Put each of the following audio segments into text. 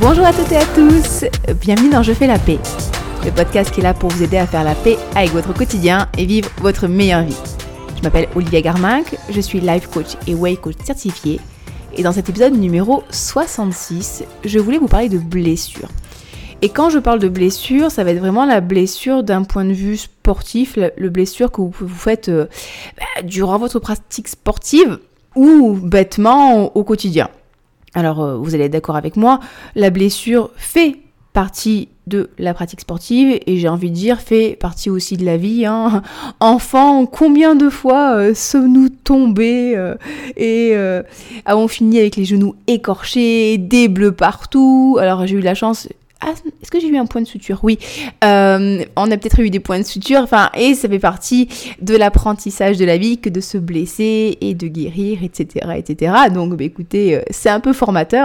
Bonjour à toutes et à tous, bienvenue dans Je fais la paix, le podcast qui est là pour vous aider à faire la paix avec votre quotidien et vivre votre meilleure vie. Je m'appelle Olivia Garminck, je suis life coach et way coach certifiée et dans cet épisode numéro 66, je voulais vous parler de blessures. Et quand je parle de blessure, ça va être vraiment la blessure d'un point de vue sportif, le blessure que vous faites durant votre pratique sportive ou bêtement au quotidien. Alors, vous allez être d'accord avec moi, la blessure fait partie de la pratique sportive et j'ai envie de dire fait partie aussi de la vie. Enfant, combien de fois sommes-nous tombés et avons fini avec les genoux écorchés, des bleus partout. Alors, j'ai eu la chance... Ah, est-ce que j'ai eu un point de suture ? Oui, on a peut-être eu des points de suture, et ça fait partie de l'apprentissage de la vie que de se blesser et de guérir, etc., etc. Donc, écoutez, c'est un peu formateur.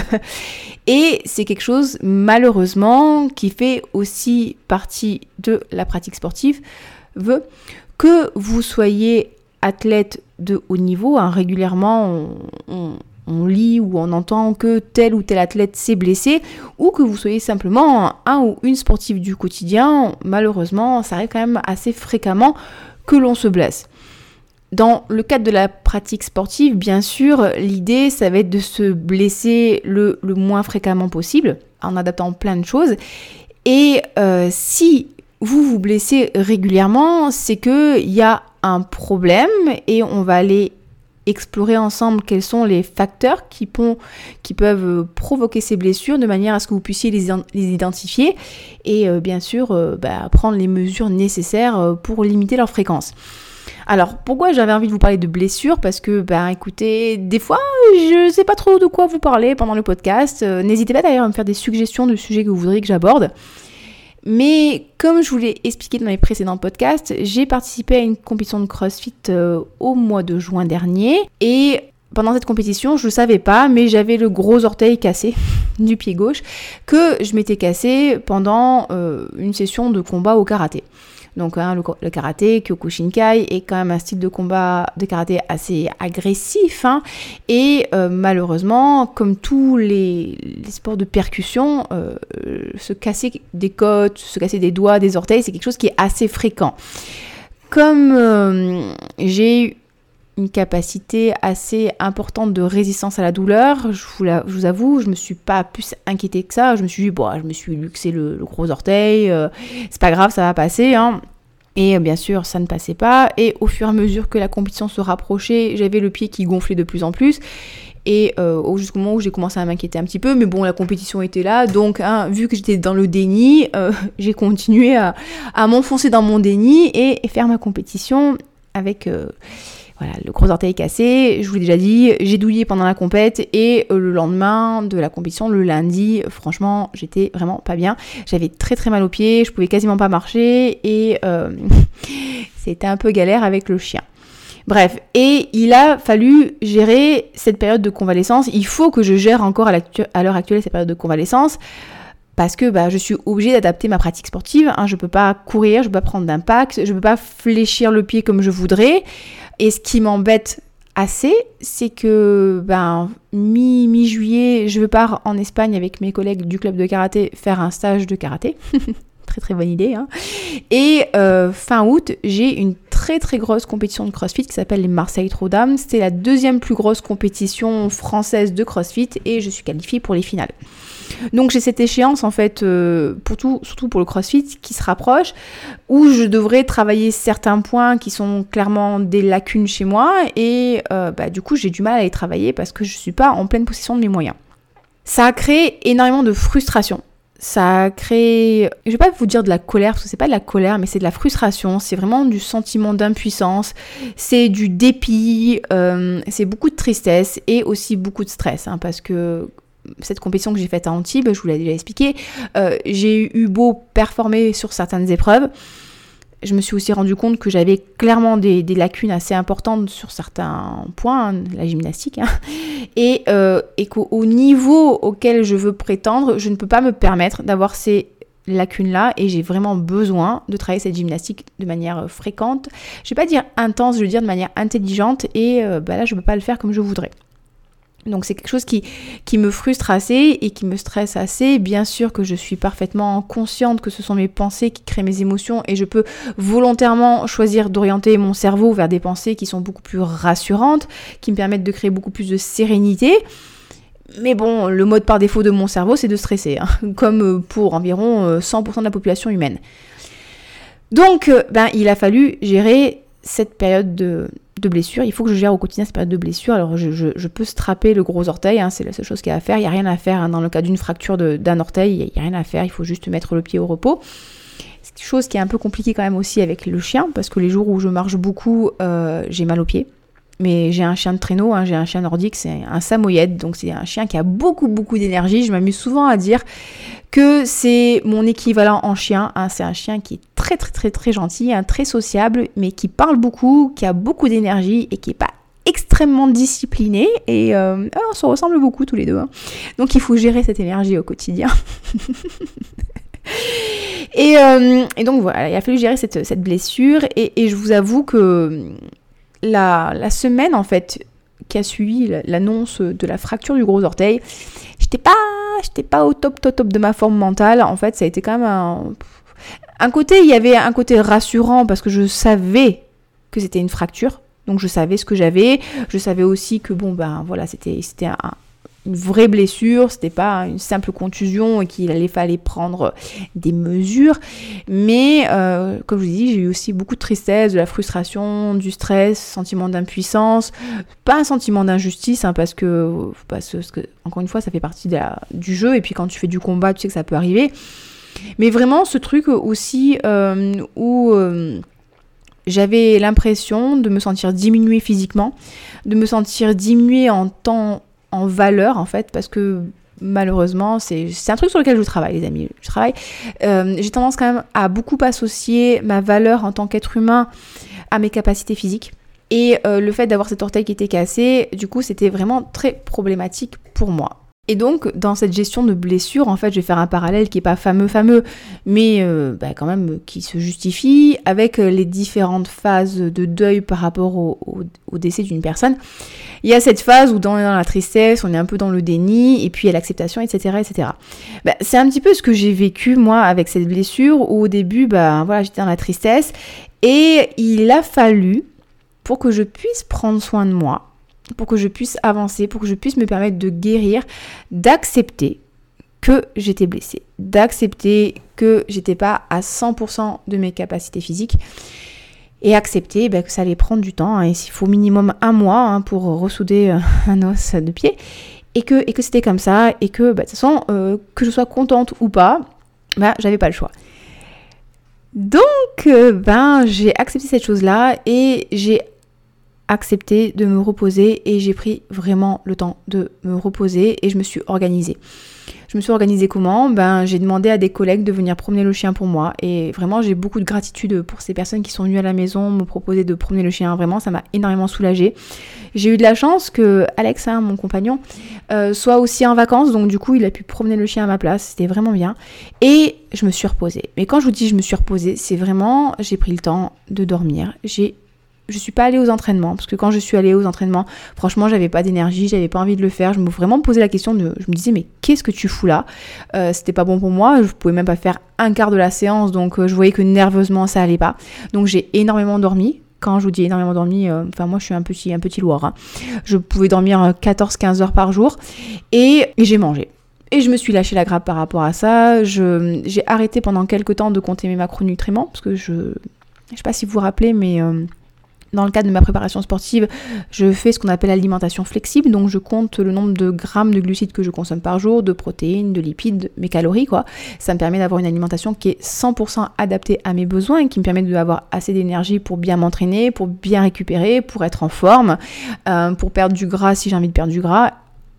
Et c'est quelque chose, malheureusement, qui fait aussi partie de la pratique sportive, que vous soyez athlète de haut niveau, régulièrement, on lit ou on entend que tel ou tel athlète s'est blessé, ou que vous soyez simplement un ou une sportive du quotidien, malheureusement, ça arrive quand même assez fréquemment que l'on se blesse. Dans le cadre de la pratique sportive, bien sûr, l'idée, ça va être de se blesser le moins fréquemment possible, en adaptant plein de choses. Et si vous vous blessez régulièrement, c'est qu'il y a un problème et on va aller explorer ensemble quels sont les facteurs qui peuvent provoquer ces blessures de manière à ce que vous puissiez les identifier et bien sûr prendre les mesures nécessaires pour limiter leur fréquence. Alors pourquoi j'avais envie de vous parler de blessures ? Parce que écoutez, des fois je ne sais pas trop de quoi vous parler pendant le podcast. N'hésitez pas d'ailleurs à me faire des suggestions de sujets que vous voudriez que j'aborde. Mais comme je vous l'ai expliqué dans les précédents podcasts, j'ai participé à une compétition de CrossFit au mois de juin dernier. Et pendant cette compétition, je ne le savais pas, mais j'avais le gros orteil cassé du pied gauche que je m'étais cassé pendant une session de combat au karaté. Donc le karaté, Kyokushinkai, est quand même un style de combat de karaté assez agressif. Et malheureusement, comme tous les sports de percussion, se casser des côtes, se casser des doigts, des orteils, c'est quelque chose qui est assez fréquent. Comme j'ai une capacité assez importante de résistance à la douleur, je vous avoue, je me suis pas plus inquiétée que ça. Je me suis dit, je me suis luxé le gros orteil, c'est pas grave, ça va passer. Et bien sûr, ça ne passait pas. Et au fur et à mesure que la compétition se rapprochait, j'avais le pied qui gonflait de plus en plus. Et jusqu'au moment où j'ai commencé à m'inquiéter un petit peu, mais bon, la compétition était là, donc vu que j'étais dans le déni, j'ai continué à m'enfoncer dans mon déni et faire ma compétition avec le gros orteil cassé. Je vous l'ai déjà dit, j'ai douillé pendant la compète et le lendemain de la compétition, le lundi, franchement, j'étais vraiment pas bien. J'avais très très mal aux pieds, je pouvais quasiment pas marcher et c'était un peu galère avec le chien. Bref, et il a fallu gérer cette période de convalescence. Il faut que je gère encore à l'heure actuelle cette période de convalescence parce que je suis obligée d'adapter ma pratique sportive. Je peux pas courir, je peux pas prendre d'impact, je peux pas fléchir le pied comme je voudrais. Et ce qui m'embête assez, c'est que mi-juillet, je pars en Espagne avec mes collègues du club de karaté faire un stage de karaté. Très très bonne idée. Et fin août, j'ai une très très grosse compétition de CrossFit qui s'appelle les Marseille Throwdown. C'était la deuxième plus grosse compétition française de CrossFit et je suis qualifiée pour les finales. Donc j'ai cette échéance en fait, surtout pour le CrossFit, qui se rapproche, où je devrais travailler certains points qui sont clairement des lacunes chez moi et du coup j'ai du mal à les travailler parce que je ne suis pas en pleine possession de mes moyens. Ça a créé énormément de frustration. Ça a créé, je vais pas vous dire de la colère, parce que c'est pas de la colère, mais c'est de la frustration, c'est vraiment du sentiment d'impuissance, c'est du dépit, c'est beaucoup de tristesse et aussi beaucoup de stress, parce que cette compétition que j'ai faite à Antibes, je vous l'ai déjà expliqué, j'ai eu beau performer sur certaines épreuves, je me suis aussi rendu compte que j'avais clairement des lacunes assez importantes sur certains points, la gymnastique, et qu'au niveau auquel je veux prétendre, je ne peux pas me permettre d'avoir ces lacunes-là et j'ai vraiment besoin de travailler cette gymnastique de manière fréquente. Je ne vais pas dire intense, je vais dire de manière intelligente et là, je ne peux pas le faire comme je voudrais. Donc c'est quelque chose qui me frustre assez et qui me stresse assez. Bien sûr que je suis parfaitement consciente que ce sont mes pensées qui créent mes émotions et je peux volontairement choisir d'orienter mon cerveau vers des pensées qui sont beaucoup plus rassurantes, qui me permettent de créer beaucoup plus de sérénité. Mais bon, le mode par défaut de mon cerveau, c'est de stresser, comme pour environ 100% de la population humaine. Donc, il a fallu gérer cette période de blessure. Il faut que je gère au quotidien cette période de blessure. Alors, je peux strapper le gros orteil, c'est la seule chose qu'il y a à faire. Il n'y a rien à faire dans le cas d'une fracture d'un orteil. Il n'y a rien à faire, il faut juste mettre le pied au repos. C'est une chose qui est un peu compliquée quand même aussi avec le chien, parce que les jours où je marche beaucoup, j'ai mal aux pieds. Mais j'ai un chien de traîneau, j'ai un chien nordique, c'est un samoyède, donc c'est un chien qui a beaucoup d'énergie. Je m'amuse souvent à dire que c'est mon équivalent en chien. C'est un chien qui est très gentil, très sociable, mais qui parle beaucoup, qui a beaucoup d'énergie et qui n'est pas extrêmement discipliné. Et on se ressemble beaucoup tous les deux. Donc il faut gérer cette énergie au quotidien. Et donc voilà, il a fallu gérer cette blessure. Et je vous avoue que la semaine en fait qui a suivi l'annonce de la fracture du gros orteil, j'étais pas au top de ma forme mentale. En fait, ça a été quand même un côté, il y avait un côté rassurant parce que je savais que c'était une fracture, donc je savais ce que j'avais. Je savais aussi que c'était une vraie blessure, c'était pas une simple contusion et qu'il fallait prendre des mesures. Mais comme je vous dis, j'ai eu aussi beaucoup de tristesse, de la frustration, du stress, sentiment d'impuissance, pas un sentiment d'injustice, parce que encore une fois, ça fait partie du jeu, et puis quand tu fais du combat, tu sais que ça peut arriver. Mais vraiment ce truc aussi où j'avais l'impression de me sentir diminuée physiquement, de me sentir diminuée en valeur en fait, parce que malheureusement c'est un truc sur lequel je travaille, les amis. J'ai tendance quand même à beaucoup associer ma valeur en tant qu'être humain à mes capacités physiques, et le fait d'avoir cet orteil qui était cassé, du coup c'était vraiment très problématique pour moi. Et donc, dans cette gestion de blessure, en fait, je vais faire un parallèle qui n'est pas fameux, mais quand même qui se justifie avec les différentes phases de deuil par rapport au décès d'une personne. Il y a cette phase où dans la tristesse, on est un peu dans le déni, et puis il y a l'acceptation, etc., etc. C'est un petit peu ce que j'ai vécu, moi, avec cette blessure, où au début, j'étais dans la tristesse, et il a fallu, pour que je puisse prendre soin de moi, pour que je puisse avancer, pour que je puisse me permettre de guérir, d'accepter que j'étais blessée, d'accepter que j'étais pas à 100% de mes capacités physiques, et accepter que ça allait prendre du temps, et s'il faut minimum 1 mois pour ressouder un os de pied, et que c'était comme ça, et que de toute façon, que je sois contente ou pas, j'avais pas le choix. Donc, j'ai accepté cette chose-là, et j'ai accepté de me reposer, et j'ai pris vraiment le temps de me reposer, et je me suis organisée. Je me suis organisée comment ? J'ai demandé à des collègues de venir promener le chien pour moi, et vraiment j'ai beaucoup de gratitude pour ces personnes qui sont venues à la maison me proposer de promener le chien. Vraiment, ça m'a énormément soulagée. J'ai eu de la chance que Alex, mon compagnon, soit aussi en vacances, donc du coup il a pu promener le chien à ma place, c'était vraiment bien, et je me suis reposée. Mais quand je vous dis je me suis reposée, c'est vraiment, j'ai pris le temps de dormir. Je suis pas allée aux entraînements, parce que quand je suis allée aux entraînements, franchement, j'avais pas d'énergie, j'avais pas envie de le faire. Je me vraiment posais la question je me disais, mais qu'est-ce que tu fous là ? C'était pas bon pour moi, je pouvais même pas faire un quart de la séance, donc je voyais que nerveusement ça allait pas. Donc j'ai énormément dormi. Quand je vous dis énormément dormi, moi je suis un petit loir. Je pouvais dormir 14-15 heures par jour, et j'ai mangé. Et je me suis lâché la grappe par rapport à ça. J'ai arrêté pendant quelques temps de compter mes macronutriments, parce que je sais pas si vous vous rappelez, mais dans le cadre de ma préparation sportive, je fais ce qu'on appelle l'alimentation flexible, donc je compte le nombre de grammes de glucides que je consomme par jour, de protéines, de lipides, mes calories, quoi. Ça me permet d'avoir une alimentation qui est 100% adaptée à mes besoins, et qui me permet d'avoir assez d'énergie pour bien m'entraîner, pour bien récupérer, pour être en forme, pour perdre du gras si j'ai envie de perdre du gras.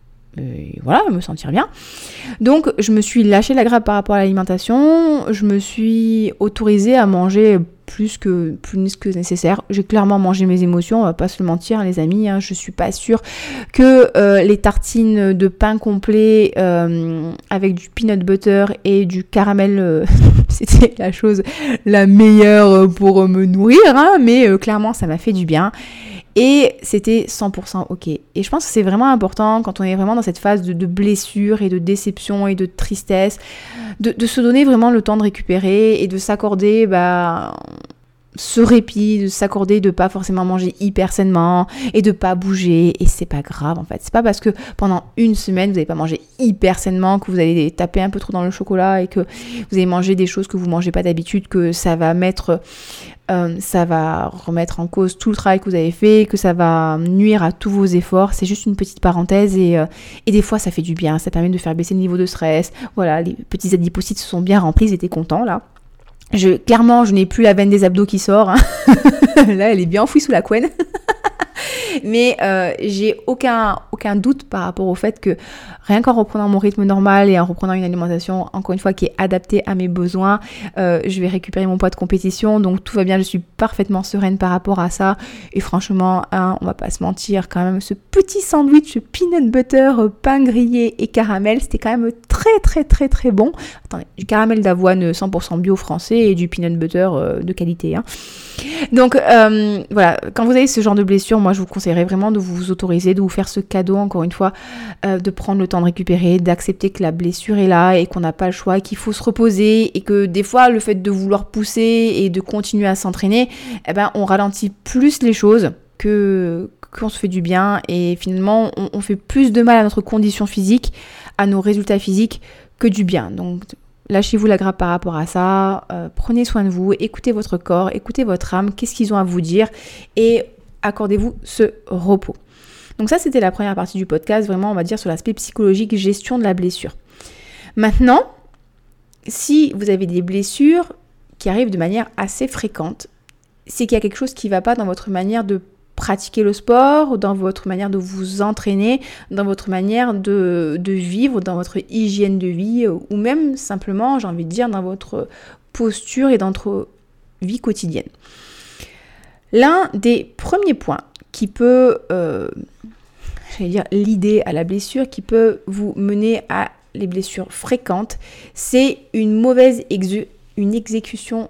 Et voilà, me sentir bien. Donc je me suis lâché la grappe par rapport à l'alimentation, je me suis autorisée à manger plus que nécessaire. J'ai clairement mangé mes émotions, on va pas se le mentir les amis, je suis pas sûre que les tartines de pain complet avec du peanut butter et du caramel c'était la chose la meilleure pour me nourrir, mais clairement ça m'a fait du bien. Et c'était 100% ok. Et je pense que c'est vraiment important quand on est vraiment dans cette phase de blessure et de déception et de tristesse, de se donner vraiment le temps de récupérer et de s'accorder ce répit, de s'accorder de pas forcément manger hyper sainement et de pas bouger. Et c'est pas grave en fait. C'est pas parce que pendant une semaine vous n'avez pas mangé hyper sainement, que vous allez taper un peu trop dans le chocolat et que vous allez manger des choses que vous mangez pas d'habitude, que ça va remettre en cause tout le travail que vous avez fait, que ça va nuire à tous vos efforts. C'est juste une petite parenthèse et des fois ça fait du bien, ça permet de faire baisser le niveau de stress. Voilà, les petits adipocytes se sont bien remplis, ils étaient contents là. Clairement, je n'ai plus la veine des abdos qui sort. Hein. Là, elle est bien enfouie sous la couenne. Mais j'ai aucun doute par rapport au fait que rien qu'en reprenant mon rythme normal et en reprenant une alimentation, encore une fois, qui est adaptée à mes besoins, je vais récupérer mon poids de compétition. Donc tout va bien, je suis parfaitement sereine par rapport à ça. Et franchement, on va pas se mentir, quand même, ce petit sandwich peanut butter, pain grillé et caramel, c'était quand même très très très très bon. Attendez, du caramel d'avoine 100% bio français et du peanut butter de qualité. Hein. Donc voilà, quand vous avez ce genre de blessure, moi je vous conseillerais vraiment de vous autoriser, de vous faire ce cadeau, encore une fois, de prendre le temps de récupérer, d'accepter que la blessure est là et qu'on n'a pas le choix, qu'il faut se reposer et que des fois le fait de vouloir pousser et de continuer à s'entraîner, on ralentit plus les choses qu'on se fait du bien et finalement on fait plus de mal à notre condition physique, à nos résultats physiques que du bien. Donc lâchez-vous la grappe par rapport à ça, prenez soin de vous, écoutez votre corps, écoutez votre âme, qu'est-ce qu'ils ont à vous dire et accordez-vous ce repos. Donc ça, c'était la première partie du podcast, vraiment, on va dire, sur l'aspect psychologique, gestion de la blessure. Maintenant, si vous avez des blessures qui arrivent de manière assez fréquente, c'est qu'il y a quelque chose qui ne va pas dans votre manière de pratiquer le sport, dans votre manière de vous entraîner, dans votre manière de vivre, dans votre hygiène de vie, ou même simplement, j'ai envie de dire, dans votre posture et dans votre vie quotidienne. L'un des premiers points qui peut, l'idée à la blessure, qui peut vous mener à les blessures fréquentes, c'est une mauvaise exécution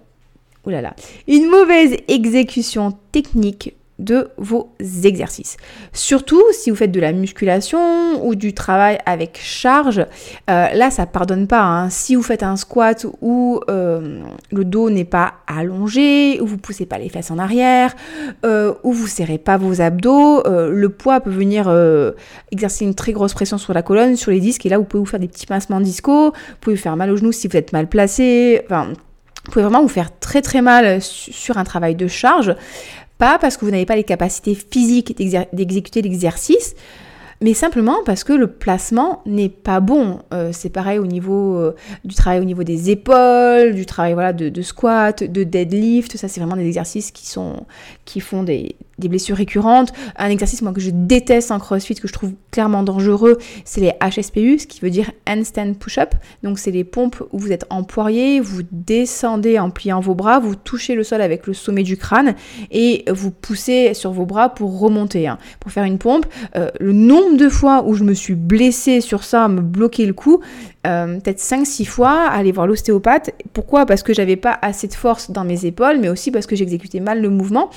technique de vos exercices. Surtout si vous faites de la musculation ou du travail avec charge, là ça pardonne pas. Hein. Si vous faites un squat où le dos n'est pas allongé, où vous poussez pas les fesses en arrière, où vous serrez pas vos abdos, le poids peut venir exercer une très grosse pression sur la colonne, sur les disques, et là vous pouvez vous faire des petits pincements disco, vous pouvez vous faire mal aux genoux si vous êtes mal placé, enfin vous pouvez vraiment vous faire très très mal sur un travail de charge. Pas parce que vous n'avez pas les capacités physiques d'exécuter l'exercice, mais simplement parce que le placement n'est pas bon. C'est pareil au niveau du travail au niveau des épaules, du travail de squat, de deadlift. Ça, c'est vraiment des exercices qui font des blessures récurrentes. Un exercice moi que je déteste en CrossFit, que je trouve clairement dangereux, c'est les HSPU, ce qui veut dire handstand push-up. Donc c'est les pompes où vous êtes en poirier, vous descendez en pliant vos bras, vous touchez le sol avec le sommet du crâne et vous poussez sur vos bras pour remonter. Hein. Pour faire une pompe, le nombre de fois où je me suis blessée sur ça, me bloquer le cou, peut-être 5-6 fois, aller voir l'ostéopathe. Pourquoi ? Parce que j'avais pas assez de force dans mes épaules, mais aussi parce que j'exécutais mal le mouvement.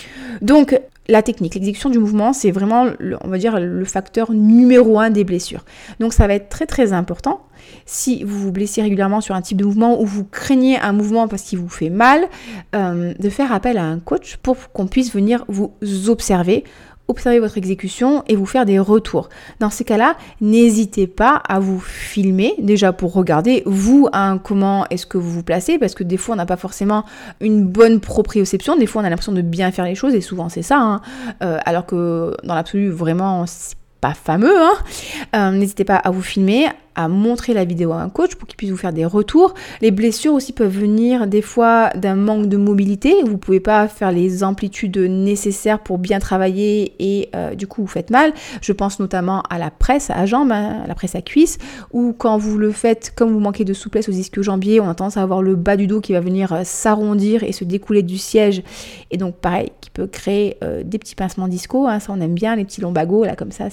Donc, la technique, l'exécution du mouvement, c'est vraiment, on va dire, le facteur numéro 1 des blessures. Donc, ça va être très, très important. Si vous vous blessez régulièrement sur un type de mouvement ou vous craignez un mouvement parce qu'il vous fait mal, de faire appel à un coach pour qu'on puisse venir vous observer votre exécution et vous faire des retours. Dans ces cas-là, n'hésitez pas à vous filmer, déjà pour regarder, vous, comment est-ce que vous vous placez, parce que des fois, on n'a pas forcément une bonne proprioception, des fois, on a l'impression de bien faire les choses, et souvent, c'est ça, hein. Alors que dans l'absolu, vraiment, c'est pas fameux, hein. N'hésitez pas à vous filmer, à montrer la vidéo à un coach pour qu'il puisse vous faire des retours. Les blessures aussi peuvent venir des fois d'un manque de mobilité. Vous ne pouvez pas faire les amplitudes nécessaires pour bien travailler et du coup vous faites mal. Je pense notamment à la presse à jambes, hein, la presse à cuisse, ou quand vous le faites, comme vous manquez de souplesse aux ischio-jambiers, on a tendance à avoir le bas du dos qui va venir s'arrondir et se découler du siège. Et donc pareil, qui peut créer des petits pincements disco, hein, ça on aime bien, les petits lumbagos, là comme ça,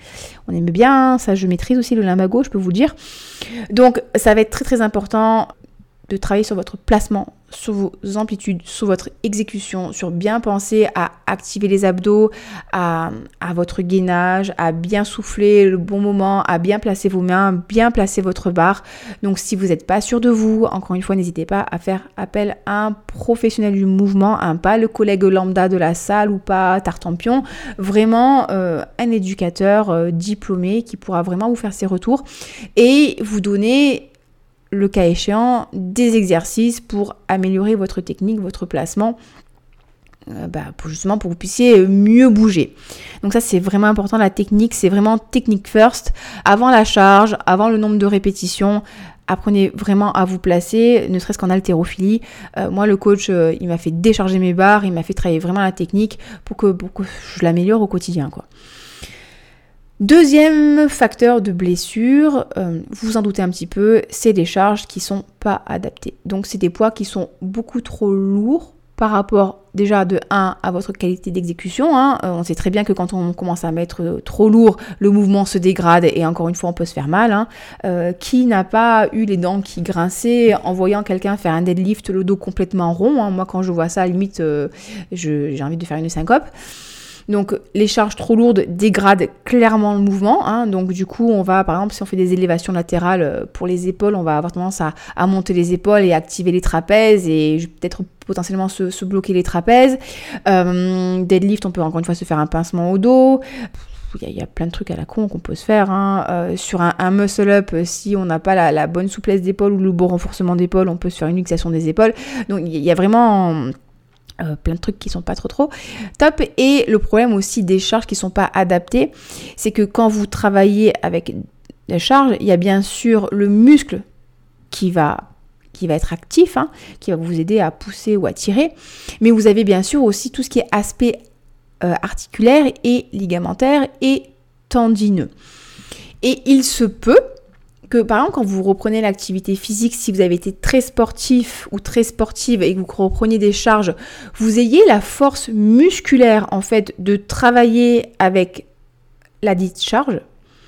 on aime bien, ça je maîtrise aussi le lumbago, je peux vous dire. Donc ça va être très très important de travailler sur votre placement, sur vos amplitudes, sur votre exécution, sur bien penser à activer les abdos, à votre gainage, à bien souffler le bon moment, à bien placer vos mains, bien placer votre barre. Donc si vous n'êtes pas sûr de vous, encore une fois, n'hésitez pas à faire appel à un professionnel du mouvement, pas le collègue lambda de la salle ou pas Tartampion, vraiment un éducateur diplômé qui pourra vraiment vous faire ses retours et vous donner le cas échéant, des exercices pour améliorer votre technique, votre placement, justement pour que vous puissiez mieux bouger. Donc ça, c'est vraiment important, la technique, c'est vraiment technique first. Avant la charge, avant le nombre de répétitions, apprenez vraiment à vous placer, ne serait-ce qu'en haltérophilie. Moi, le coach, il m'a fait décharger mes barres, il m'a fait travailler vraiment la technique pour que je l'améliore au quotidien, quoi. Deuxième facteur de blessure, vous vous en doutez un petit peu, c'est des charges qui sont pas adaptées. Donc c'est des poids qui sont beaucoup trop lourds par rapport déjà de 1 à votre qualité d'exécution. On sait très bien que quand on commence à mettre trop lourd, le mouvement se dégrade et encore une fois on peut se faire mal. Qui n'a pas eu les dents qui grinçaient en voyant quelqu'un faire un deadlift le dos complètement rond, Moi quand je vois ça, à la limite, j'ai envie de faire une syncope. Donc les charges trop lourdes dégradent clairement le mouvement, donc du coup on va, par exemple, si on fait des élévations latérales pour les épaules, on va avoir tendance à monter les épaules et activer les trapèzes et peut-être potentiellement se bloquer les trapèzes. Deadlift, on peut encore une fois se faire un pincement au dos. Il y a plein de trucs à la con qu'on peut se faire. Sur un muscle-up, si on n'a pas la bonne souplesse d'épaule ou le bon renforcement d'épaule, on peut se faire une luxation des épaules. Donc il y a vraiment plein de trucs qui sont pas trop top. Et le problème aussi des charges qui sont pas adaptées, c'est que quand vous travaillez avec la charge, il y a bien sûr le muscle qui va être actif, qui va vous aider à pousser ou à tirer, mais vous avez bien sûr aussi tout ce qui est aspect articulaire et ligamentaire et tendineux. Et il se peut que par exemple quand vous reprenez l'activité physique, si vous avez été très sportif ou très sportive et que vous repreniez des charges, vous ayez la force musculaire en fait de travailler avec la dite charge,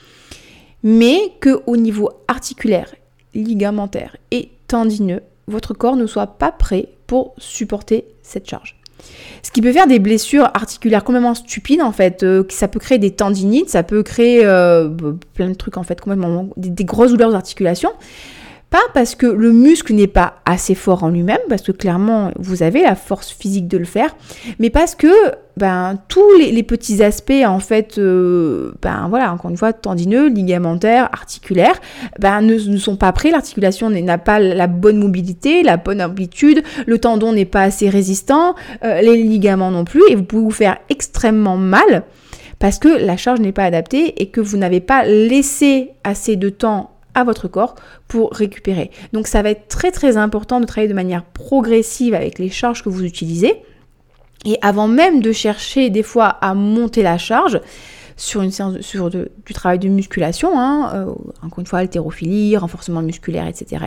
mais qu'au niveau articulaire, ligamentaire et tendineux, votre corps ne soit pas prêt pour supporter cette charge. Ce qui peut faire des blessures articulaires complètement stupides en fait, ça peut créer des tendinites, ça peut créer plein de trucs en fait, complètement des grosses douleurs aux articulations. Pas parce que le muscle n'est pas assez fort en lui-même, parce que clairement vous avez la force physique de le faire, mais parce que tous les petits aspects en fait, encore une fois, tendineux, ligamentaires, articulaires, ne sont pas prêts. L'articulation n'a pas la bonne mobilité, la bonne amplitude, le tendon n'est pas assez résistant, les ligaments non plus, et vous pouvez vous faire extrêmement mal parce que la charge n'est pas adaptée et que vous n'avez pas laissé assez de temps à votre corps pour récupérer. Donc ça va être très très important de travailler de manière progressive avec les charges que vous utilisez. Et avant même de chercher des fois à monter la charge sur une séance du travail de musculation, encore une fois haltérophilie, renforcement musculaire, etc.,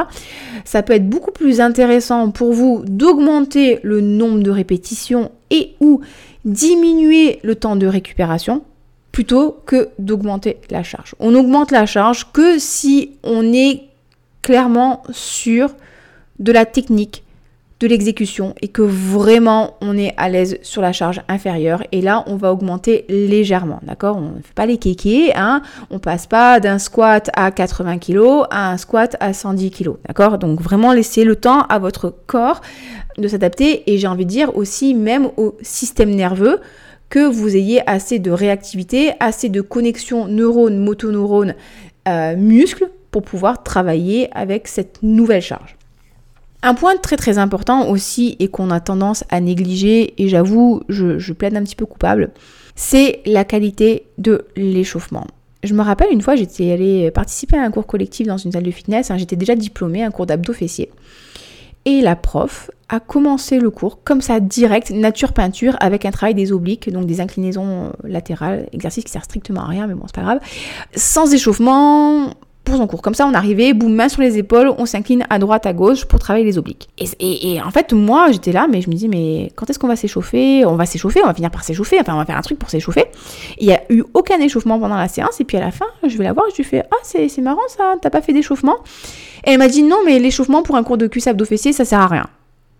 ça peut être beaucoup plus intéressant pour vous d'augmenter le nombre de répétitions et ou diminuer le temps de récupération plutôt que d'augmenter la charge. On augmente la charge que si on est clairement sûr de la technique, de l'exécution et que vraiment on est à l'aise sur la charge inférieure. Et là, on va augmenter légèrement, d'accord ? On ne fait pas les kékés, on passe pas d'un squat à 80 kg à un squat à 110 kg, d'accord ? Donc vraiment laissez le temps à votre corps de s'adapter et j'ai envie de dire aussi même au système nerveux, que vous ayez assez de réactivité, assez de connexion neurones, motoneurones, muscles pour pouvoir travailler avec cette nouvelle charge. Un point très très important aussi et qu'on a tendance à négliger, et j'avoue, je plaide un petit peu coupable, c'est la qualité de l'échauffement. Je me rappelle une fois, j'étais allée participer à un cours collectif dans une salle de fitness, j'étais déjà diplômée, un cours d'abdos fessiers. Et la prof a commencé le cours comme ça, direct, nature peinture, avec un travail des obliques, donc des inclinaisons latérales, exercice qui sert strictement à rien, mais bon, c'est pas grave. Sans échauffement, pour son cours. Comme ça, on arrivait, boum, main sur les épaules, on s'incline à droite, à gauche pour travailler les obliques. Et en fait, moi, j'étais là, mais je me dis, mais quand est-ce qu'on va s'échauffer ? On va s'échauffer, on va finir par s'échauffer, enfin, on va faire un truc pour s'échauffer. Il n'y a eu aucun échauffement pendant la séance, et puis à la fin, je vais la voir, je lui fais, ah, c'est marrant ça, t'as pas fait d'échauffement ? Et elle m'a dit, non, mais l'échauffement pour un cours de cuisse abdos fessiers, ça sert à rien.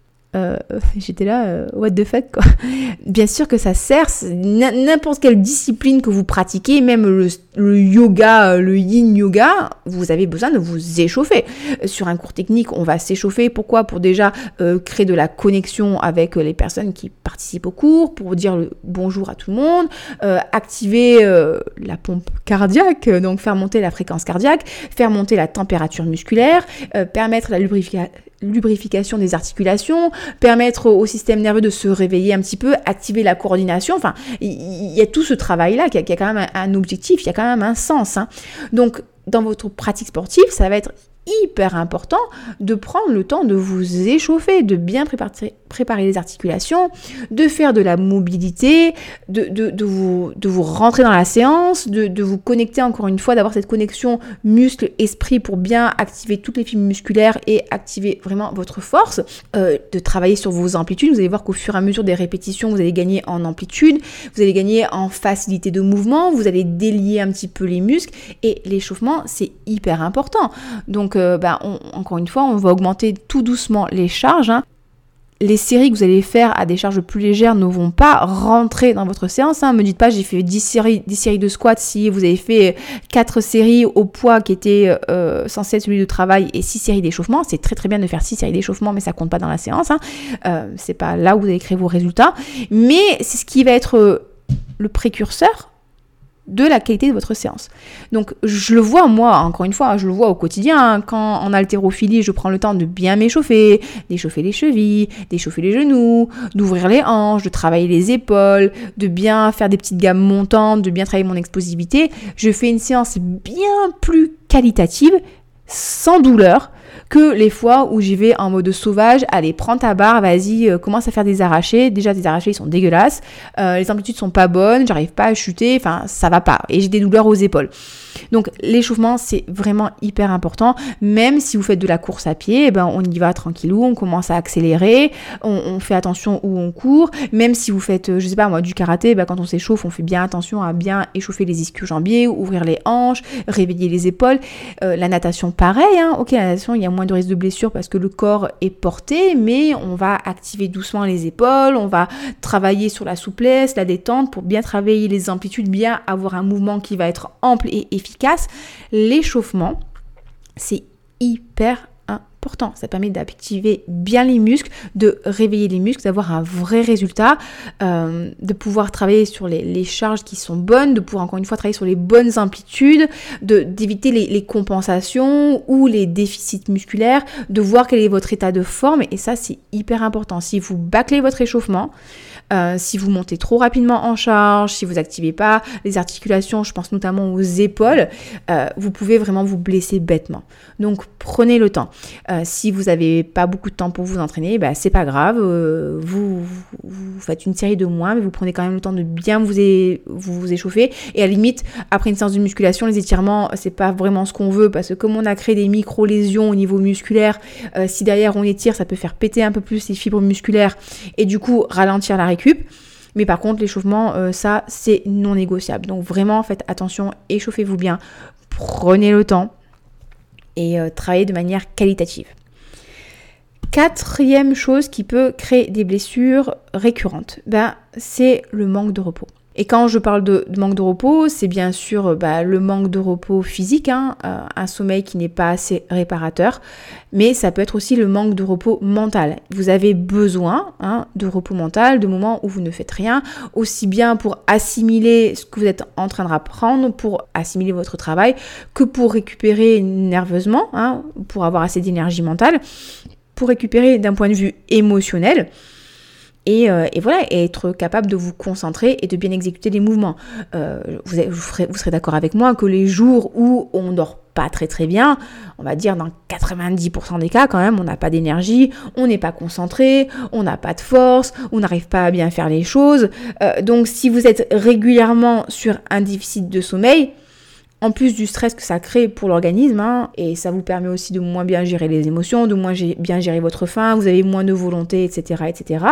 J'étais là, what the fuck, quoi. Bien sûr que ça sert, n'importe quelle discipline que vous pratiquez, même le yoga, le yin yoga, vous avez besoin de vous échauffer. Sur un cours technique, on va s'échauffer. Pourquoi ? Pour déjà créer de la connexion avec les personnes qui participent au cours, pour dire le bonjour à tout le monde, activer la pompe cardiaque, donc faire monter la fréquence cardiaque, faire monter la température musculaire, permettre la lubrification des articulations, permettre au système nerveux de se réveiller un petit peu, activer la coordination. Enfin, il y a tout ce travail-là qui a quand même un objectif, il y a quand même un sens. Donc, dans votre pratique sportive, ça va être hyper important de prendre le temps de vous échauffer, de bien préparer les articulations, de faire de la mobilité, de vous rentrer dans la séance, de vous connecter encore une fois, d'avoir cette connexion muscle-esprit pour bien activer toutes les fibres musculaires et activer vraiment votre force, de travailler sur vos amplitudes. Vous allez voir qu'au fur et à mesure des répétitions, vous allez gagner en amplitude, vous allez gagner en facilité de mouvement, vous allez délier un petit peu les muscles et l'échauffement, c'est hyper important. Donc, encore une fois, on va augmenter tout doucement les charges. Les séries que vous allez faire à des charges plus légères ne vont pas rentrer dans votre séance. Me dites pas, j'ai fait 10 séries de squats si vous avez fait 4 séries au poids qui était censé être celui de travail et 6 séries d'échauffement. C'est très très bien de faire 6 séries d'échauffement, mais ça compte pas dans la séance. C'est pas là où vous allez créer vos résultats. Mais c'est ce qui va être le précurseur de la qualité de votre séance. Donc, je le vois, moi, encore une fois, je le vois au quotidien, quand en haltérophilie, je prends le temps de bien m'échauffer, d'échauffer les chevilles, d'échauffer les genoux, d'ouvrir les hanches, de travailler les épaules, de bien faire des petites gammes montantes, de bien travailler mon explosivité. Je fais une séance bien plus qualitative, sans douleur, que les fois où j'y vais en mode sauvage. Allez, prends ta barre, vas-y, commence à faire des arrachés. Déjà, des arrachés, ils sont dégueulasses. Les amplitudes sont pas bonnes, j'arrive pas à chuter, enfin, ça va pas. Et j'ai des douleurs aux épaules. Donc, l'échauffement, c'est vraiment hyper important. Même si vous faites de la course à pied, on y va tranquillou, on commence à accélérer, on fait attention où on court. Même si vous faites, je sais pas moi, du karaté, quand on s'échauffe, on fait bien attention à bien échauffer les ischio-jambiers, ouvrir les hanches, réveiller les épaules. La natation, pareil. Ok, la natation, il y a moins de risque de blessure parce que le corps est porté, mais on va activer doucement les épaules, on va travailler sur la souplesse, la détente pour bien travailler les amplitudes, bien avoir un mouvement qui va être ample et efficace. L'échauffement, c'est hyper important. Ça permet d'activer bien les muscles, de réveiller les muscles, d'avoir un vrai résultat, de pouvoir travailler sur les charges qui sont bonnes, de pouvoir encore une fois travailler sur les bonnes amplitudes, d'éviter les compensations ou les déficits musculaires, de voir quel est votre état de forme. Et ça, c'est hyper important. Si vous bâclez votre échauffement, si vous montez trop rapidement en charge, si vous n'activez pas les articulations, je pense notamment aux épaules, vous pouvez vraiment vous blesser bêtement. Donc prenez le temps. Si vous n'avez pas beaucoup de temps pour vous entraîner, c'est pas grave, vous faites une série de moins, mais vous prenez quand même le temps de bien vous échauffer. Et à la limite, après une séance de musculation, les étirements, c'est pas vraiment ce qu'on veut, parce que comme on a créé des micro-lésions au niveau musculaire, si derrière on étire, ça peut faire péter un peu plus les fibres musculaires et du coup ralentir la récup. Mais par contre, l'échauffement, ça, c'est non négociable. Donc vraiment, faites attention, échauffez-vous bien, prenez le temps et travaillez de manière qualitative. 4e chose qui peut créer des blessures récurrentes, c'est le manque de repos. Et quand je parle de manque de repos, c'est bien sûr le manque de repos physique, un sommeil qui n'est pas assez réparateur, mais ça peut être aussi le manque de repos mental. Vous avez besoin de repos mental, de moments où vous ne faites rien, aussi bien pour assimiler ce que vous êtes en train d'apprendre, pour assimiler votre travail, que pour récupérer nerveusement, pour avoir assez d'énergie mentale, pour récupérer d'un point de vue émotionnel. Et voilà, et être capable de vous concentrer et de bien exécuter les mouvements. Vous serez d'accord avec moi que les jours où on dort pas très très bien, on va dire dans 90% des cas quand même, on n'a pas d'énergie, on n'est pas concentré, on n'a pas de force, on n'arrive pas à bien faire les choses. Donc si vous êtes régulièrement sur un déficit de sommeil, en plus du stress que ça crée pour l'organisme, et ça vous permet aussi de moins bien gérer les émotions, de moins bien gérer votre faim, vous avez moins de volonté, etc.,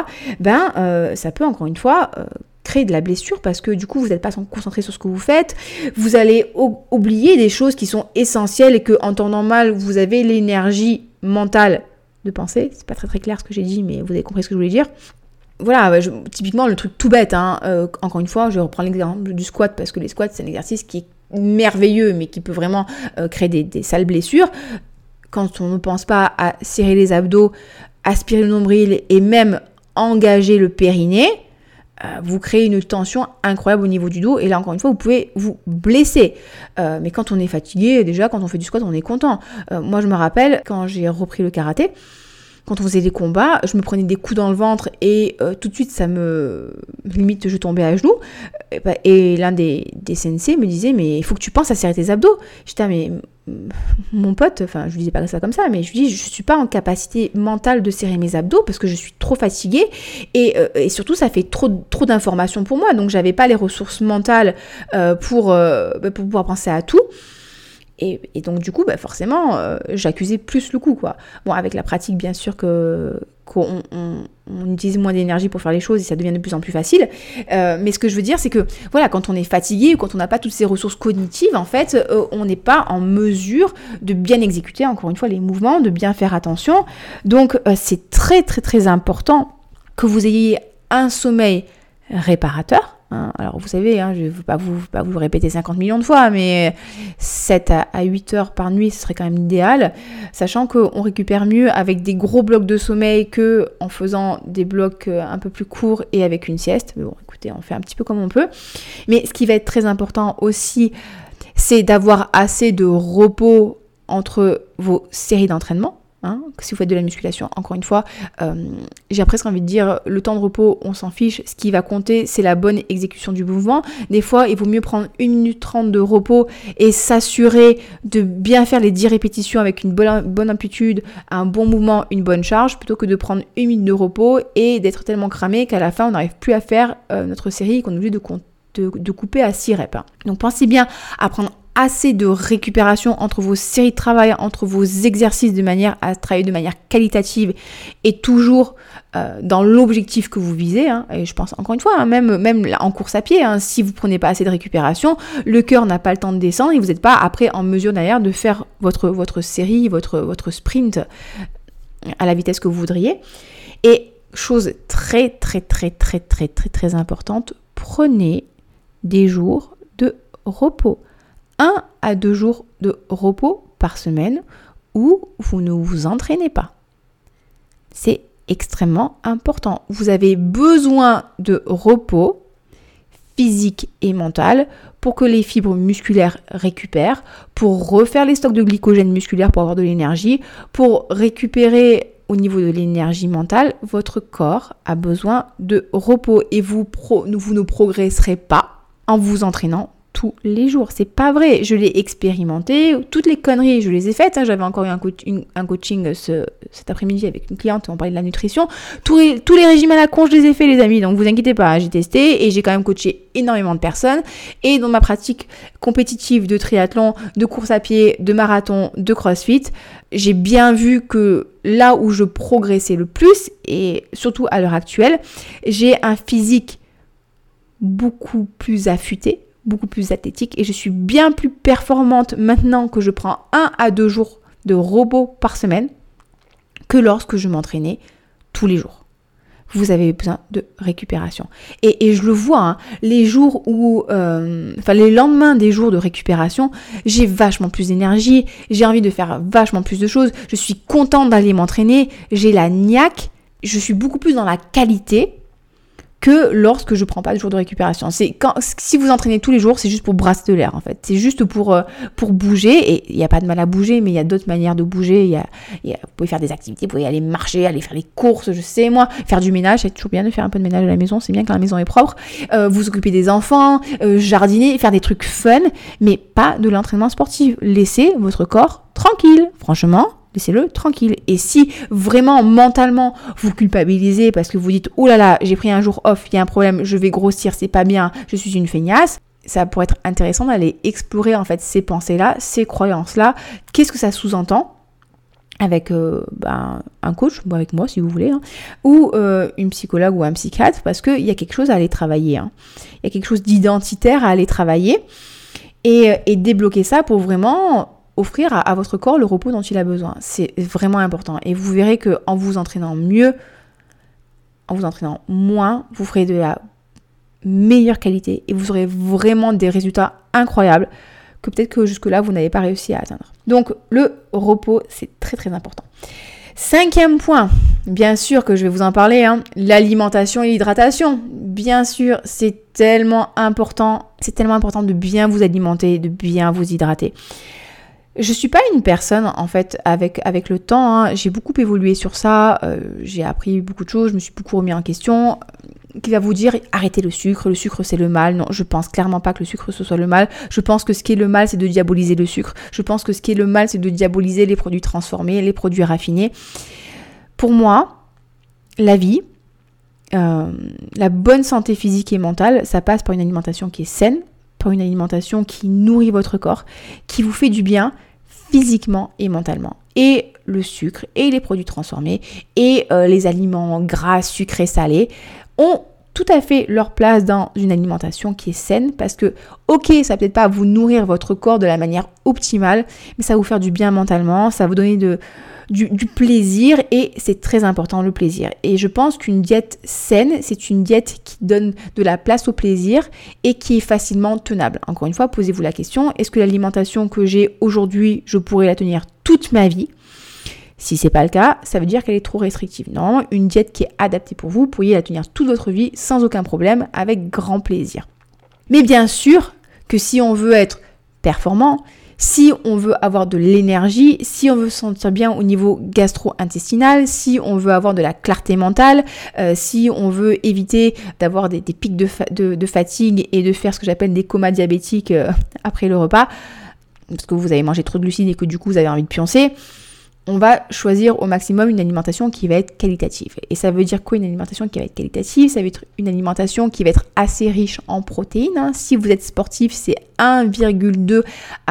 ça peut encore une fois créer de la blessure parce que du coup vous n'êtes pas concentré sur ce que vous faites, vous allez oublier des choses qui sont essentielles et que en temps normal vous avez l'énergie mentale de penser. C'est pas très très clair ce que j'ai dit, mais vous avez compris ce que je voulais dire. Voilà, typiquement le truc tout bête, encore une fois, je reprends l'exemple du squat parce que les squats c'est un exercice qui est merveilleux mais qui peut vraiment créer des sales blessures. Quand on ne pense pas à serrer les abdos, aspirer le nombril et même engager le périnée, vous créez une tension incroyable au niveau du dos et là encore une fois vous pouvez vous blesser. Mais quand on est fatigué, déjà quand on fait du squat on est content. Moi je me rappelle quand j'ai repris le karaté, quand on faisait des combats, je me prenais des coups dans le ventre et tout de suite, limite, je tombais à genoux. Et l'un des sensei me disait, mais il faut que tu penses à serrer tes abdos. J'étais, mais mon pote, enfin, je lui disais pas ça comme ça, mais je lui dis, je suis pas en capacité mentale de serrer mes abdos parce que je suis trop fatiguée et surtout, ça fait trop d'informations pour moi. Donc, j'avais pas les ressources mentales pour pouvoir penser à tout. Et donc du coup, forcément, j'accusais plus le coup, quoi. Bon, avec la pratique, bien sûr qu'on utilise moins d'énergie pour faire les choses et ça devient de plus en plus facile. Mais ce que je veux dire, c'est que voilà, quand on est fatigué ou quand on n'a pas toutes ces ressources cognitives, en fait, on n'est pas en mesure de bien exécuter, encore une fois, les mouvements, de bien faire attention. Donc, c'est très, très, très important que vous ayez un sommeil réparateur. Alors vous savez, je ne veux pas vous le répéter 50 millions de fois, mais 7 à 8 heures par nuit, ce serait quand même l'idéal, sachant qu'on récupère mieux avec des gros blocs de sommeil qu'en faisant des blocs un peu plus courts et avec une sieste. Mais bon, écoutez, on fait un petit peu comme on peut. Mais ce qui va être très important aussi, c'est d'avoir assez de repos entre vos séries d'entraînement. Si vous faites de la musculation, encore une fois, j'ai presque envie de dire le temps de repos, on s'en fiche. Ce qui va compter, c'est la bonne exécution du mouvement. Des fois, il vaut mieux prendre 1 minute 30 de repos et s'assurer de bien faire les 10 répétitions avec une bonne amplitude, un bon mouvement, une bonne charge, plutôt que de prendre 1 minute de repos et d'être tellement cramé qu'à la fin, on n'arrive plus à faire notre série et qu'on est obligé de couper à 6 reps. Donc pensez bien à prendre assez de récupération entre vos séries de travail, entre vos exercices de manière à travailler de manière qualitative et toujours dans l'objectif que vous visez. Et je pense encore une fois, même en course à pied, si vous prenez pas assez de récupération, le cœur n'a pas le temps de descendre et vous n'êtes pas après en mesure derrière de faire votre série, votre sprint à la vitesse que vous voudriez. Et chose très très très très très très très importante, prenez des jours de repos. 1 à 2 jours de repos par semaine où vous ne vous entraînez pas. C'est extrêmement important. Vous avez besoin de repos physique et mental pour que les fibres musculaires récupèrent, pour refaire les stocks de glycogène musculaire pour avoir de l'énergie, pour récupérer au niveau de l'énergie mentale. Votre corps a besoin de repos et vous ne progresserez pas en vous entraînant tous les jours. C'est pas vrai. Je l'ai expérimenté. Toutes les conneries, je les ai faites. J'avais encore eu un coaching cet après-midi avec une cliente. On parlait de la nutrition. Tous les régimes à la con, je les ai fait, les amis. Donc, vous inquiétez pas. J'ai testé et j'ai quand même coaché énormément de personnes. Et dans ma pratique compétitive de triathlon, de course à pied, de marathon, de crossfit, j'ai bien vu que là où je progressais le plus, et surtout à l'heure actuelle, j'ai un physique beaucoup plus affûté, beaucoup plus athlétique et je suis bien plus performante maintenant que je prends 1 à 2 jours de repos par semaine que lorsque je m'entraînais tous les jours. Vous avez besoin de récupération. Et je le vois, les jours où, les lendemains des jours de récupération, j'ai vachement plus d'énergie, j'ai envie de faire vachement plus de choses, je suis contente d'aller m'entraîner, j'ai la niaque, je suis beaucoup plus dans la qualité que lorsque je prends pas de jours de récupération. Si vous entraînez tous les jours, c'est juste pour brasser de l'air en fait. C'est juste pour bouger et il n'y a pas de mal à bouger, mais il y a d'autres manières de bouger. Vous pouvez faire des activités, vous pouvez aller marcher, aller faire les courses, je sais moi, faire du ménage. C'est toujours bien de faire un peu de ménage à la maison, c'est bien que la maison est propre. Vous occuper des enfants, jardiner, faire des trucs fun, mais pas de l'entraînement sportif. Laissez votre corps tranquille, franchement. Laissez-le tranquille. Et si vraiment mentalement vous culpabilisez parce que vous dites oh là là, j'ai pris un jour off, il y a un problème, je vais grossir, c'est pas bien, je suis une feignasse, ça pourrait être intéressant d'aller explorer en fait ces pensées-là, ces croyances-là. Qu'est-ce que ça sous-entend avec un coach, ou avec moi si vous voulez, ou une psychologue ou un psychiatre, parce qu'il y a quelque chose à aller travailler. Il y a quelque chose d'identitaire à aller travailler et débloquer ça pour vraiment offrir à votre corps le repos dont il a besoin. C'est vraiment important. Et vous verrez qu'en vous entraînant mieux, en vous entraînant moins, vous ferez de la meilleure qualité et vous aurez vraiment des résultats incroyables que peut-être que jusque-là, vous n'avez pas réussi à atteindre. Donc, le repos, c'est très très important. 5e point, bien sûr que je vais vous en parler, l'alimentation et l'hydratation. Bien sûr, c'est tellement important de bien vous alimenter, de bien vous hydrater. Je suis pas une personne, en fait, avec le temps, j'ai beaucoup évolué sur ça, j'ai appris beaucoup de choses, je me suis beaucoup remis en question, qui va vous dire arrêtez le sucre c'est le mal. Non, je pense clairement pas que le sucre ce soit le mal. Je pense que ce qui est le mal, c'est de diaboliser le sucre. Je pense que ce qui est le mal, c'est de diaboliser les produits transformés, les produits raffinés. Pour moi, la vie, la bonne santé physique et mentale, ça passe par une alimentation qui est saine, par une alimentation qui nourrit votre corps, qui vous fait du bien physiquement et mentalement. Et le sucre et les produits transformés et les aliments gras, sucrés, salés ont tout à fait leur place dans une alimentation qui est saine parce que, ok, ça va peut-être pas vous nourrir votre corps de la manière optimale, mais ça va vous faire du bien mentalement, ça va vous donner du plaisir et c'est très important le plaisir. Et je pense qu'une diète saine, c'est une diète qui donne de la place au plaisir et qui est facilement tenable. Encore une fois, posez-vous la question, est-ce que l'alimentation que j'ai aujourd'hui, je pourrais la tenir toute ma vie ? Si c'est pas le cas, ça veut dire qu'elle est trop restrictive. Normalement, une diète qui est adaptée pour vous, vous pourriez la tenir toute votre vie sans aucun problème, avec grand plaisir. Mais bien sûr que si on veut être performant, si on veut avoir de l'énergie, si on veut se sentir bien au niveau gastro-intestinal, si on veut avoir de la clarté mentale, si on veut éviter d'avoir des pics de fatigue et de faire ce que j'appelle des comas diabétiques après le repas, parce que vous avez mangé trop de glucides et que du coup vous avez envie de pioncer, on va choisir au maximum une alimentation qui va être qualitative. Et ça veut dire quoi une alimentation qui va être qualitative ? Ça veut être une alimentation qui va être assez riche en protéines. Si vous êtes sportif, c'est 1,2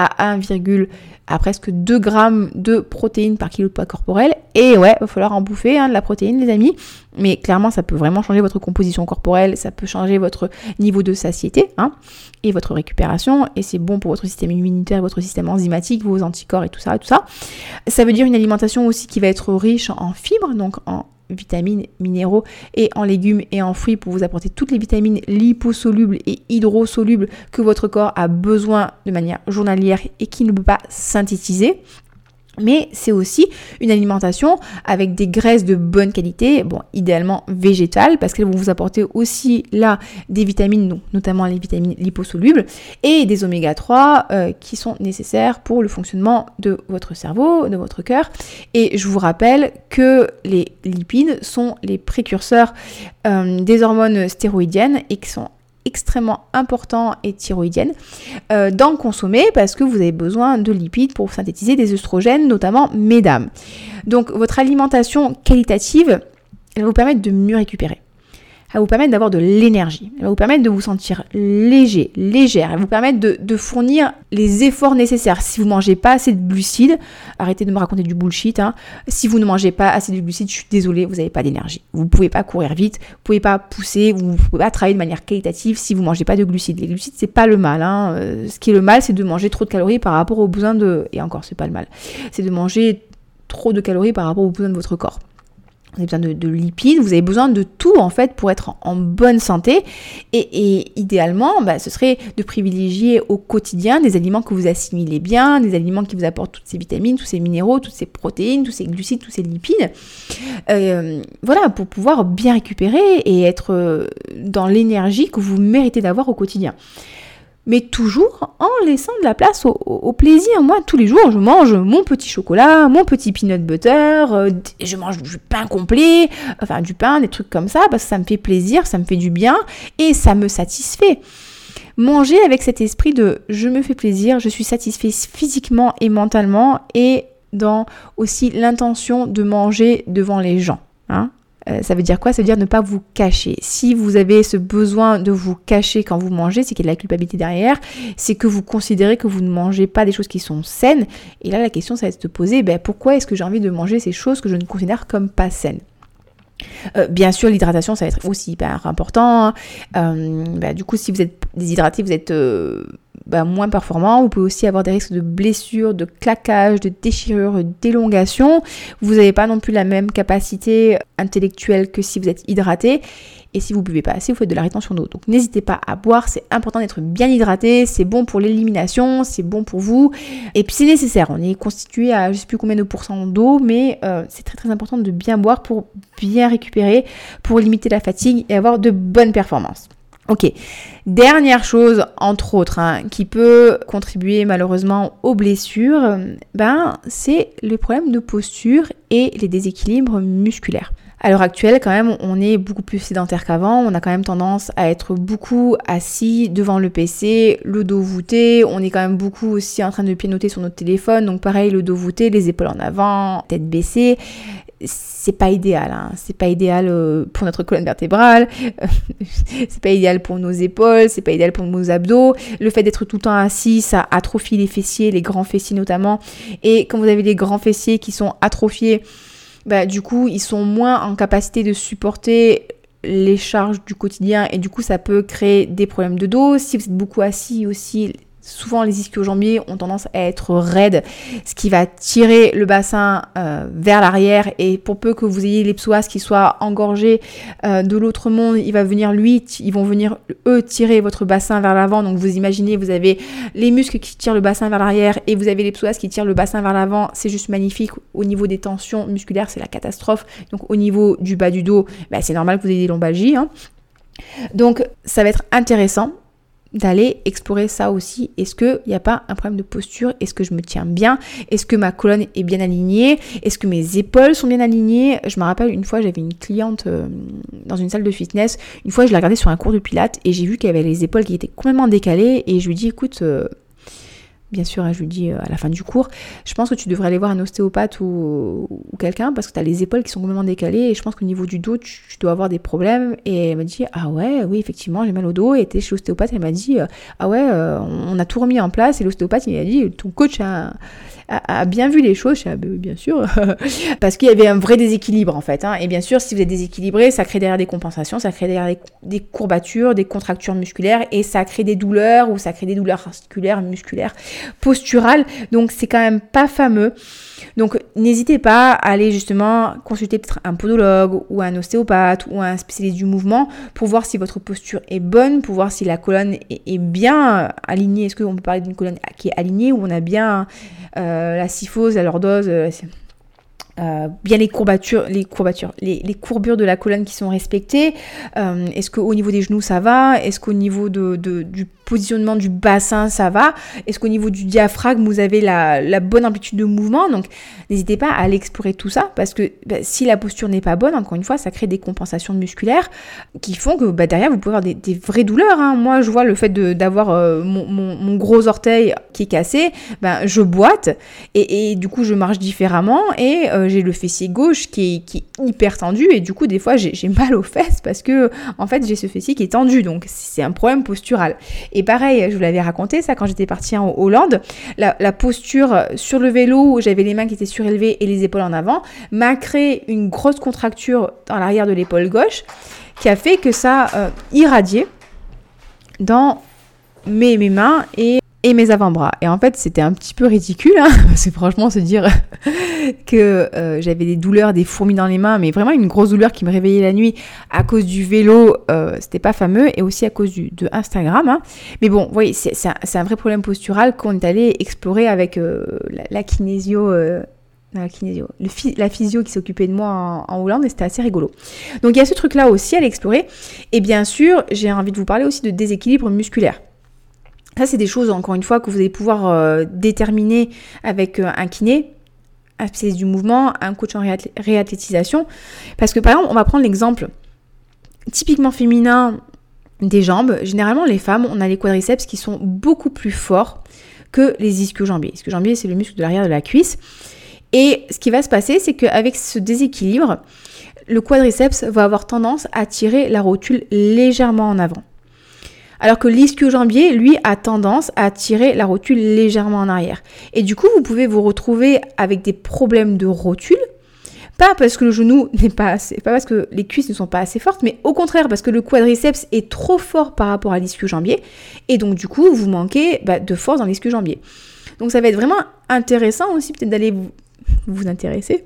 à presque 2 grammes de protéines par kilo de poids corporel. Et ouais, il va falloir en bouffer de la protéine, les amis. Mais clairement, ça peut vraiment changer votre composition corporelle, ça peut changer votre niveau de satiété et votre récupération. Et c'est bon pour votre système immunitaire, votre système enzymatique, vos anticorps et tout ça. Ça veut dire une alimentation aussi qui va être riche en fibres, donc en vitamines, minéraux et en légumes et en fruits pour vous apporter toutes les vitamines liposolubles et hydrosolubles que votre corps a besoin de manière journalière et qui ne peut pas synthétiser. Mais c'est aussi une alimentation avec des graisses de bonne qualité, idéalement végétales, parce qu'elles vont vous apporter aussi là des vitamines, donc notamment les vitamines liposolubles, et des oméga 3 qui sont nécessaires pour le fonctionnement de votre cerveau, de votre cœur. Et je vous rappelle que les lipides sont les précurseurs des hormones stéroïdiennes et qui sont extrêmement important et thyroïdienne d'en consommer parce que vous avez besoin de lipides pour synthétiser des œstrogènes, notamment mesdames. Donc votre alimentation qualitative, elle va vous permettre de mieux récupérer. Elle va vous permettre d'avoir de l'énergie. Elle va vous permettre de vous sentir léger, légère. Elle va vous permettre de fournir les efforts nécessaires. Si vous ne mangez pas assez de glucides, arrêtez de me raconter du bullshit. Si vous ne mangez pas assez de glucides, je suis désolée, vous n'avez pas d'énergie. Vous ne pouvez pas courir vite, vous ne pouvez pas pousser, vous ne pouvez pas travailler de manière qualitative si vous ne mangez pas de glucides. Les glucides, c'est pas le mal. Ce qui est le mal, c'est de manger trop de calories par rapport aux besoins de... Et encore, c'est pas le mal. C'est de manger trop de calories par rapport aux besoins de votre corps. Vous avez besoin de lipides, vous avez besoin de tout en fait pour être en bonne santé et idéalement ce serait de privilégier au quotidien des aliments que vous assimilez bien, des aliments qui vous apportent toutes ces vitamines, tous ces minéraux, toutes ces protéines, tous ces glucides, tous ces lipides pour pouvoir bien récupérer et être dans l'énergie que vous méritez d'avoir au quotidien. Mais toujours en laissant de la place au plaisir. Moi, tous les jours, je mange mon petit chocolat, mon petit peanut butter, je mange du pain complet, du pain, des trucs comme ça, parce que ça me fait plaisir, ça me fait du bien et ça me satisfait. Manger avec cet esprit de je me fais plaisir, je suis satisfait physiquement et mentalement et dans aussi l'intention de manger devant les gens. Ça veut dire quoi? Ça veut dire ne pas vous cacher. Si vous avez ce besoin de vous cacher quand vous mangez, c'est qu'il y a de la culpabilité derrière, c'est que vous considérez que vous ne mangez pas des choses qui sont saines. Et là, la question, ça va être de se poser, pourquoi est-ce que j'ai envie de manger ces choses que je ne considère comme pas saines? Bien sûr, l'hydratation, ça va être aussi hyper important. Du coup, si vous êtes déshydraté, vous êtes moins performant. Vous pouvez aussi avoir des risques de blessures, de claquage, de déchirures, d'élongation. Vous n'avez pas non plus la même capacité intellectuelle que si vous êtes hydraté. Et si vous ne buvez pas assez, vous faites de la rétention d'eau. Donc n'hésitez pas à boire, c'est important d'être bien hydraté, c'est bon pour l'élimination, c'est bon pour vous. Et puis c'est nécessaire, on est constitué à je ne sais plus combien de pourcents d'eau, mais c'est très très important de bien boire pour bien récupérer, pour limiter la fatigue et avoir de bonnes performances. Ok, dernière chose, entre autres, qui peut contribuer malheureusement aux blessures, c'est le problème de posture et les déséquilibres musculaires. À l'heure actuelle, quand même, on est beaucoup plus sédentaire qu'avant. On a quand même tendance à être beaucoup assis devant le PC, le dos voûté. On est quand même beaucoup aussi en train de pianoter sur notre téléphone. Donc pareil, le dos voûté, les épaules en avant, tête baissée. C'est pas idéal, c'est pas idéal pour notre colonne vertébrale, c'est pas idéal pour nos épaules, c'est pas idéal pour nos abdos. Le fait d'être tout le temps assis, ça atrophie les fessiers, les grands fessiers notamment. Et quand vous avez les grands fessiers qui sont atrophiés, du coup, ils sont moins en capacité de supporter les charges du quotidien et du coup, ça peut créer des problèmes de dos. Si vous êtes beaucoup assis aussi, souvent les ischio-jambiers ont tendance à être raides, ce qui va tirer le bassin vers l'arrière et pour peu que vous ayez les psoas qui soient engorgés de l'autre monde, ils vont venir eux tirer votre bassin vers l'avant. Donc vous imaginez, vous avez les muscles qui tirent le bassin vers l'arrière et vous avez les psoas qui tirent le bassin vers l'avant. C'est juste magnifique. Au niveau des tensions musculaires, c'est la catastrophe. Donc au niveau du bas du dos, c'est normal que vous ayez des lombalgies. Donc ça va être intéressant d'aller explorer ça aussi. Est-ce qu'il n'y a pas un problème de posture? Est-ce que je me tiens bien? Est-ce que ma colonne est bien alignée? Est-ce que mes épaules sont bien alignées? Je me rappelle une fois, j'avais une cliente dans une salle de fitness. Une fois, je la regardais sur un cours de pilates et j'ai vu qu'elle avait les épaules qui étaient complètement décalées et je lui dis, écoute... Bien sûr, je lui dis à la fin du cours, je pense que tu devrais aller voir un ostéopathe ou quelqu'un parce que tu as les épaules qui sont complètement décalées et je pense qu'au niveau du dos, tu dois avoir des problèmes. Et elle m'a dit, ah ouais, oui, effectivement, j'ai mal au dos. Et elle était chez l'ostéopathe, elle m'a dit, ah ouais, on a tout remis en place. Et l'ostéopathe, il m'a dit, ton coach a bien vu les choses. Je dis, oui, bien sûr, parce qu'il y avait un vrai déséquilibre en fait. Et bien sûr, si vous êtes déséquilibré, ça crée derrière des compensations, ça crée derrière des courbatures, des contractures musculaires et ça crée des douleurs ou ça crée des douleurs articulaires, musculaires, posturales. Donc c'est quand même pas fameux. Donc n'hésitez pas à aller justement consulter peut-être un podologue ou un ostéopathe ou un spécialiste du mouvement pour voir si votre posture est bonne, pour voir si la colonne est bien alignée. Est-ce qu'on peut parler d'une colonne qui est alignée où on a bien la syphose, la lordose, bien les courbures de la colonne qui sont respectées. Est-ce qu'au niveau des genoux ça va? Est-ce qu'au niveau du positionnement du bassin ça va? Est-ce qu'au niveau du diaphragme vous avez la bonne amplitude de mouvement? Donc n'hésitez pas à aller explorer tout ça parce que si la posture n'est pas bonne, encore une fois, ça crée des compensations musculaires qui font que derrière vous pouvez avoir des vraies douleurs. Moi je vois le fait d'avoir mon gros orteil qui est cassé, je boite et du coup je marche différemment et j'ai le fessier gauche qui est hyper tendu et du coup des fois j'ai mal aux fesses parce que en fait j'ai ce fessier qui est tendu, donc c'est un problème postural. Et pareil, je vous l'avais raconté ça quand j'étais partie en Hollande, la posture sur le vélo où j'avais les mains qui étaient surélevées et les épaules en avant m'a créé une grosse contracture dans l'arrière de l'épaule gauche qui a fait que ça irradiait dans mes mains et mes avant-bras. Et en fait, c'était un petit peu ridicule, parce que franchement, se dire que j'avais des douleurs, des fourmis dans les mains, mais vraiment une grosse douleur qui me réveillait la nuit à cause du vélo, c'était pas fameux, et aussi à cause de Instagram. Mais bon, vous voyez, c'est un vrai problème postural qu'on est allé explorer avec la kinésio... la physio qui s'occupait de moi en Hollande, et c'était assez rigolo. Donc il y a ce truc-là aussi à l'explorer. Et bien sûr, j'ai envie de vous parler aussi de déséquilibre musculaire. Ça, c'est des choses, encore une fois, que vous allez pouvoir déterminer avec un kiné, un spécialiste du mouvement, un coach en réathlétisation. Parce que, par exemple, on va prendre l'exemple typiquement féminin des jambes. Généralement, les femmes, on a les quadriceps qui sont beaucoup plus forts que les ischio-jambiers. L'ischio-jambier, c'est le muscle de l'arrière de la cuisse. Et ce qui va se passer, c'est qu'avec ce déséquilibre, le quadriceps va avoir tendance à tirer la rotule légèrement en avant. Alors que l'ischio-jambier, lui, a tendance à tirer la rotule légèrement en arrière. Et du coup, vous pouvez vous retrouver avec des problèmes de rotule, pas parce que le genou n'est pas assez, pas parce que les cuisses ne sont pas assez fortes, mais au contraire parce que le quadriceps est trop fort par rapport à l'ischio-jambier, et donc du coup, vous manquez de force dans l'ischio-jambier. Donc ça va être vraiment intéressant aussi peut-être d'aller vous intéresser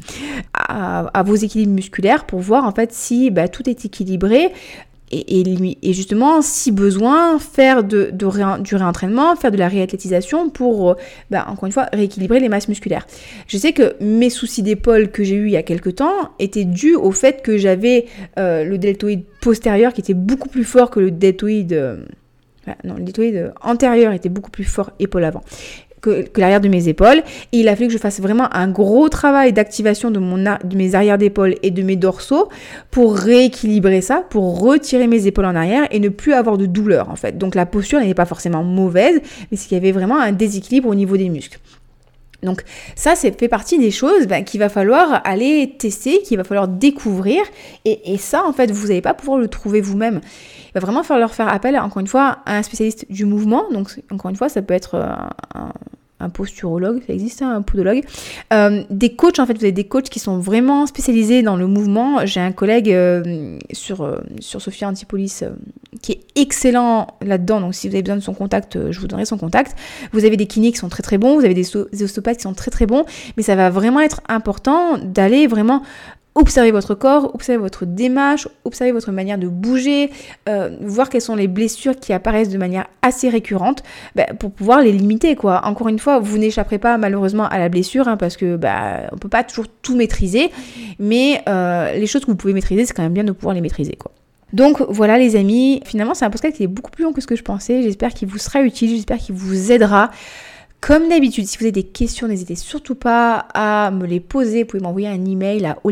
à vos équilibres musculaires pour voir en fait si tout est équilibré. Et justement, si besoin, faire du réentraînement, faire de la réathlétisation pour, encore une fois, rééquilibrer les masses musculaires. Je sais que mes soucis d'épaule que j'ai eu il y a quelques temps étaient dus au fait que j'avais le deltoïde postérieur qui était beaucoup plus fort que le deltoïde... le deltoïde antérieur était beaucoup plus fort épaule avant que l'arrière de mes épaules, et il a fallu que je fasse vraiment un gros travail d'activation de mes arrières d'épaules et de mes dorsaux pour rééquilibrer ça, pour retirer mes épaules en arrière et ne plus avoir de douleur en fait. Donc la posture n'est pas forcément mauvaise, mais c'est qu'il y avait vraiment un déséquilibre au niveau des muscles. Donc ça, c'est fait partie des choses qu'il va falloir aller tester, qu'il va falloir découvrir, et ça en fait vous n'allez pas pouvoir le trouver vous-même. Il va vraiment falloir faire appel encore une fois à un spécialiste du mouvement. Donc encore une fois, ça peut être un posturologue, ça existe, un podologue. Des coachs, en fait, vous avez des coachs qui sont vraiment spécialisés dans le mouvement. J'ai un collègue sur Sophia Antipolis qui est excellent là-dedans. Donc si vous avez besoin de son contact, je vous donnerai son contact. Vous avez des kinés qui sont très très bons, vous avez des ostéopathes qui sont très très bons, mais ça va vraiment être important d'aller vraiment observez votre corps, observez votre démarche, observez votre manière de bouger, voir quelles sont les blessures qui apparaissent de manière assez récurrente pour pouvoir les limiter, quoi. Encore une fois, vous n'échapperez pas malheureusement à la blessure parce que on peut pas toujours tout maîtriser, mais les choses que vous pouvez maîtriser, c'est quand même bien de pouvoir les maîtriser, quoi. Donc voilà les amis, finalement c'est un podcast qui est beaucoup plus long que ce que je pensais, j'espère qu'il vous sera utile, j'espère qu'il vous aidera. Comme d'habitude, si vous avez des questions, n'hésitez surtout pas à me les poser. Vous pouvez m'envoyer un email à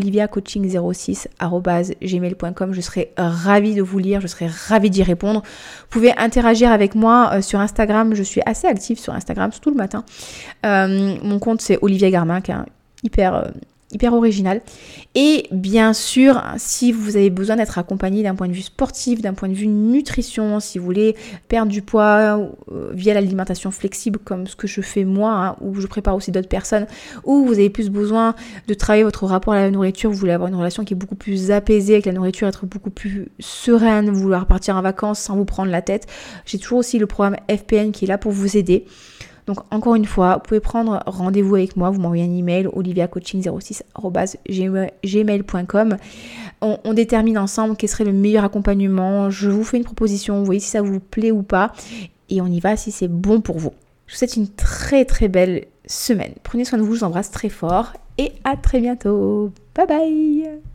oliviacoaching06@gmail.com. Je serai ravie de vous lire, je serai ravie d'y répondre. Vous pouvez interagir avec moi sur Instagram. Je suis assez active sur Instagram, surtout le matin. Mon compte, c'est Olivia Garminck, hyper original. Et bien sûr, si vous avez besoin d'être accompagné d'un point de vue sportif, d'un point de vue nutrition, si vous voulez perdre du poids via l'alimentation flexible comme ce que je fais moi, ou je prépare aussi d'autres personnes, ou vous avez plus besoin de travailler votre rapport à la nourriture, vous voulez avoir une relation qui est beaucoup plus apaisée avec la nourriture, être beaucoup plus sereine, vouloir partir en vacances sans vous prendre la tête, j'ai toujours aussi le programme FPN qui est là pour vous aider. Donc encore une fois, vous pouvez prendre rendez-vous avec moi, vous m'envoyez un email oliviacoaching06@gmail.com. On détermine ensemble quel serait le meilleur accompagnement, je vous fais une proposition, vous voyez si ça vous plaît ou pas, et on y va si c'est bon pour vous. Je vous souhaite une très très belle semaine. Prenez soin de vous, je vous embrasse très fort et à très bientôt. Bye bye.